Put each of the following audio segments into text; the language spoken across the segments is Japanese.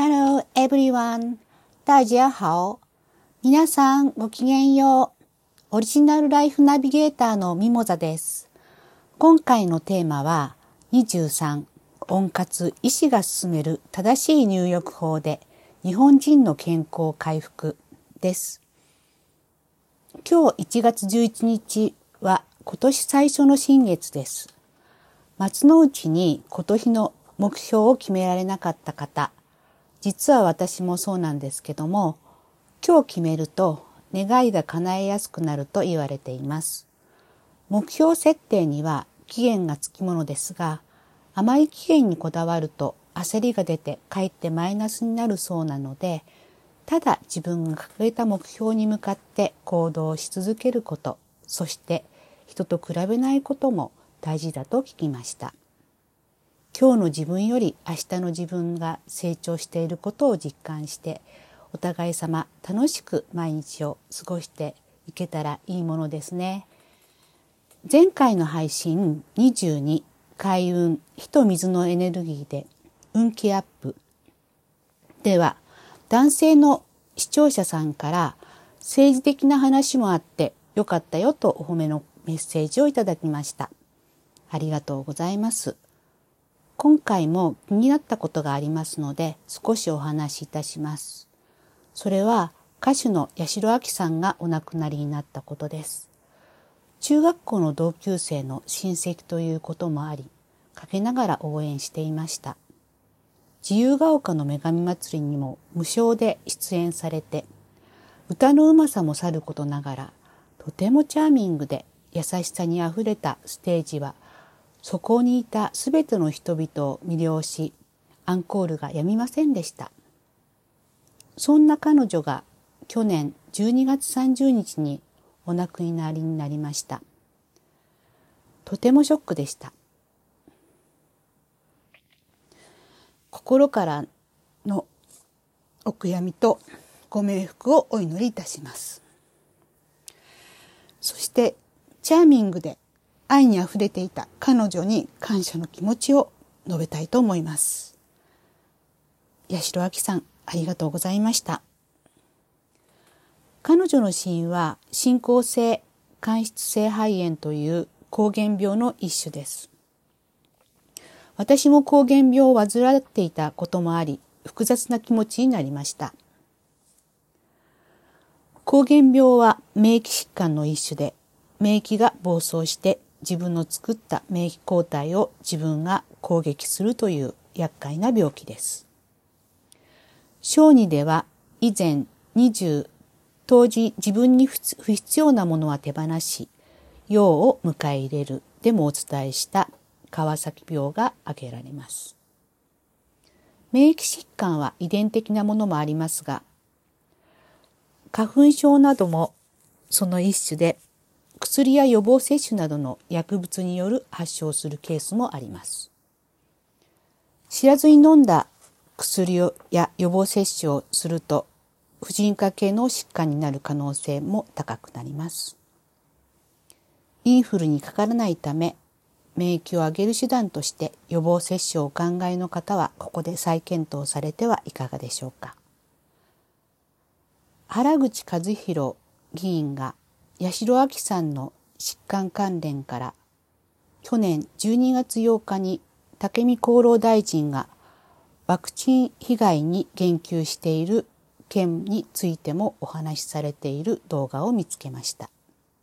Hello everyone. 大家好。皆さんごきげんよう。オリジナルライフナビゲーターのミモザです。今回のテーマは23、温活医師が勧める正しい入浴法で日本人の健康回復です。今日1月11日は今年最初の新月です。松の内に今年の目標を決められなかった方、実は私もそうなんですけども、今日決めると願いが叶えやすくなると言われています。目標設定には期限がつきものですが、あまり期限にこだわると焦りが出てかえってマイナスになるそうなので、ただ自分が掲げた目標に向かって行動し続けること、そして人と比べないことも大事だと聞きました。今日の自分より明日の自分が成長していることを実感して、お互い様楽しく毎日を過ごしていけたらいいものですね。前回の配信22、開運、火と水のエネルギーで運気アップでは、男性の視聴者さんから政治的な話もあってよかったよとお褒めのメッセージをいただきました。ありがとうございます。今回も気になったことがありますので少しお話しいたします。それは歌手の八代亜紀さんがお亡くなりになったことです。中学校の同級生の親戚ということもあり、陰ながら応援していました。自由が丘の女神祭りにも無償で出演されて、歌のうまさもさることながら、とてもチャーミングで優しさにあふれたステージは、そこにいたすべての人々を魅了し、アンコールがやみませんでした。そんな彼女が去年12月30日にお亡くなりになりました。とてもショックでした。心からのお悔やみとご冥福をお祈りいたします。そしてチャーミングで愛にあふれていた彼女に感謝の気持ちを述べたいと思います。八代亜紀さん、ありがとうございました。彼女の死因は進行性間質性肺炎という膠原病の一種です。私も膠原病を患っていたこともあり、複雑な気持ちになりました。膠原病は免疫疾患の一種で、免疫が暴走して自分の作った免疫抗体を自分が攻撃するという厄介な病気です。小児では以前20当時自分に不必要なものは手放し、陽を迎え入れるでもお伝えした川崎病が挙げられます。免疫疾患は遺伝的なものもありますが、花粉症などもその一種で、薬や予防接種などの薬物による発症するケースもあります。知らずに飲んだ薬や予防接種をすると、婦人科系の疾患になる可能性も高くなります。インフルにかからないため、免疫を上げる手段として予防接種をお考えの方はここで再検討されてはいかがでしょうか。原口和弘議員が八代亜紀さんの疾患関連から去年12月8日に武見厚労大臣がワクチン被害に言及している件についてもお話しされている動画を見つけました。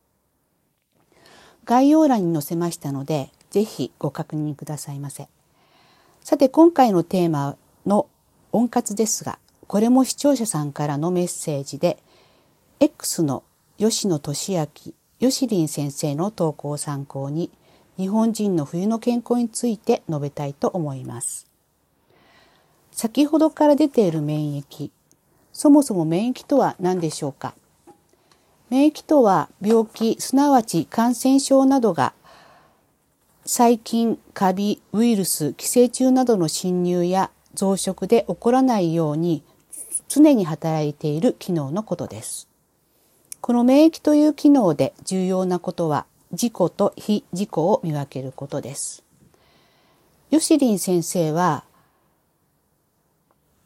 概要欄に載せましたので、ぜひご確認くださいませ。さて今回のテーマの温活ですが、これも視聴者さんからのメッセージで、X の吉野俊明、吉林先生の投稿を参考に、日本人の冬の健康について述べたいと思います。先ほどから出ている免疫、そもそも免疫とは何でしょうか。免疫とは病気、すなわち感染症などが細菌、カビ、ウイルス、寄生虫などの侵入や増殖で起こらないように常に働いている機能のことです。この免疫という機能で重要なことは自己と非自己を見分けることです。吉林先生は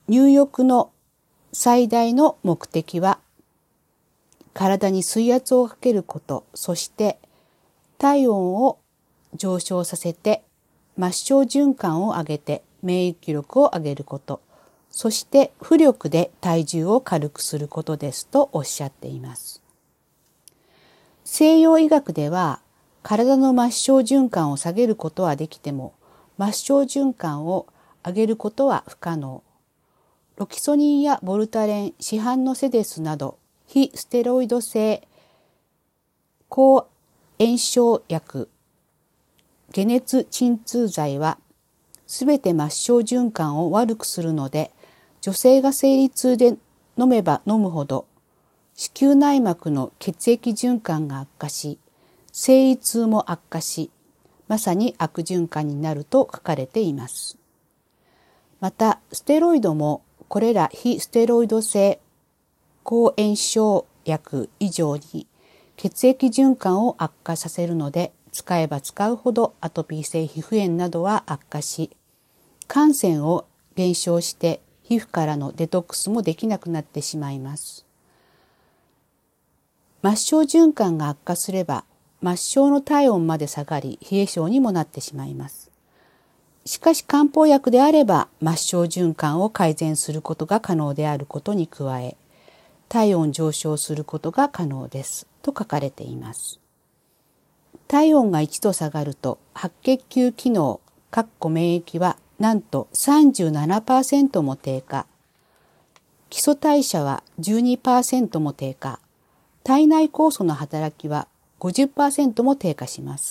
入浴の最大の目的は体に水圧をかけること、そして体温を上昇させて末梢循環を上げて免疫力を上げること、そして浮力で体重を軽くすることですとおっしゃっています。西洋医学では体の末梢循環を下げることはできても末梢循環を上げることは不可能。ロキソニンやボルタレン、市販のセデスなど非ステロイド性抗炎症薬、解熱鎮痛剤はすべて末梢循環を悪くするので、女性が生理痛で飲めば飲むほど子宮内膜の血液循環が悪化し、生理痛も悪化し、まさに悪循環になると書かれています。また、ステロイドもこれら非ステロイド性抗炎症薬以上に血液循環を悪化させるので、使えば使うほどアトピー性皮膚炎などは悪化し、汗腺を減少して皮膚からのデトックスもできなくなってしまいます。末梢循環が悪化すれば、末梢の体温まで下がり、冷え症にもなってしまいます。しかし漢方薬であれば、末梢循環を改善することが可能であることに加え、体温上昇することが可能ですと書かれています。体温が1度下がると白血球機能免疫はなんと 37% も低下、基礎代謝は 12% も低下、体内酵素の働きは 50% も低下します。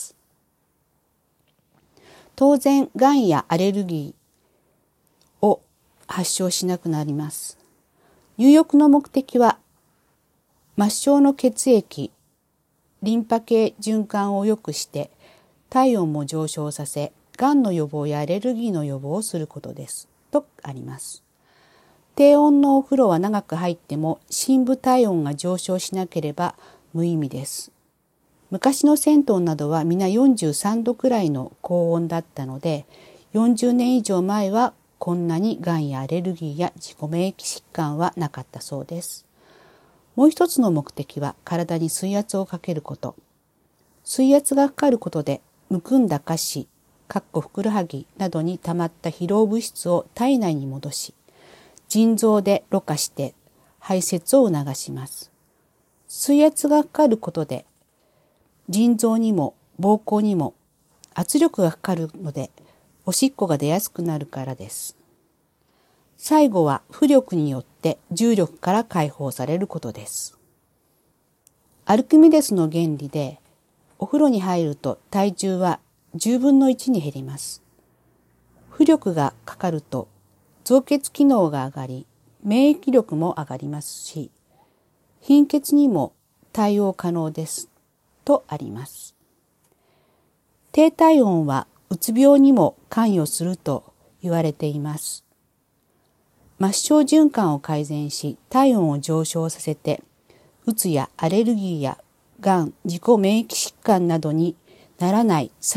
当然、がんやアレルギーを発症しなくなります。入浴の目的は末梢の血液、リンパ系循環を良くして体温も上昇させ、がんの予防やアレルギーの予防をすることですとあります。低温のお風呂は長く入っても深部体温が上昇しなければ無意味です。昔の銭湯などは皆43度くらいの高温だったので、40年以上前はこんなにがんやアレルギーや自己免疫疾患はなかったそうです。もう一つの目的は体に水圧をかけること。水圧がかかることでむくんだ下肢、ふくらはぎなどに溜まった疲労物質を体内に戻し、腎臓でろ過して排泄を促します。水圧がかかることで腎臓にも膀胱にも圧力がかかるのでおしっこが出やすくなるからです。最後は浮力によって重力から解放されることです。アルキメデスの原理でお風呂に入ると体重は10分の1に減ります。浮力がかかると造血機能が上がり、免疫力も上がりますし、貧血にも対応可能ですとあります。低体温はうつ病にも関与すると言われています。末梢循環を改善し、体温を上昇させて、うつやアレルギーやがん、自己免疫疾患などにならない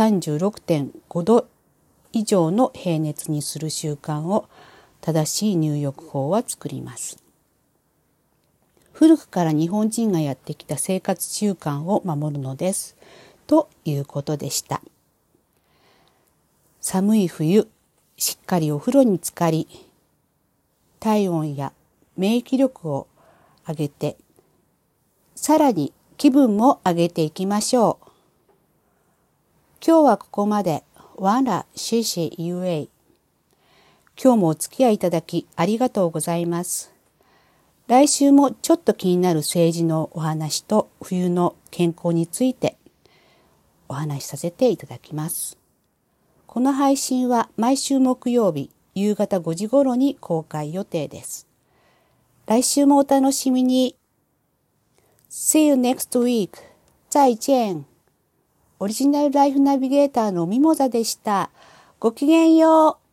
36.5 度以上の平熱にする習慣を正しい入浴法は作ります。古くから日本人がやってきた生活習慣を守るのです。ということでした。寒い冬、しっかりお風呂に浸かり、体温や免疫力を上げて、さらに気分も上げていきましょう。今日はここまで。わらししゆえい。今日もお付き合いいただきありがとうございます。来週もちょっと気になる政治のお話と冬の健康についてお話しさせていただきます。この配信は毎週木曜日夕方5時頃に公開予定です。来週もお楽しみに。See you next week. 再见。オリジナルライフナビゲーターのミモザでした。ごきげんよう。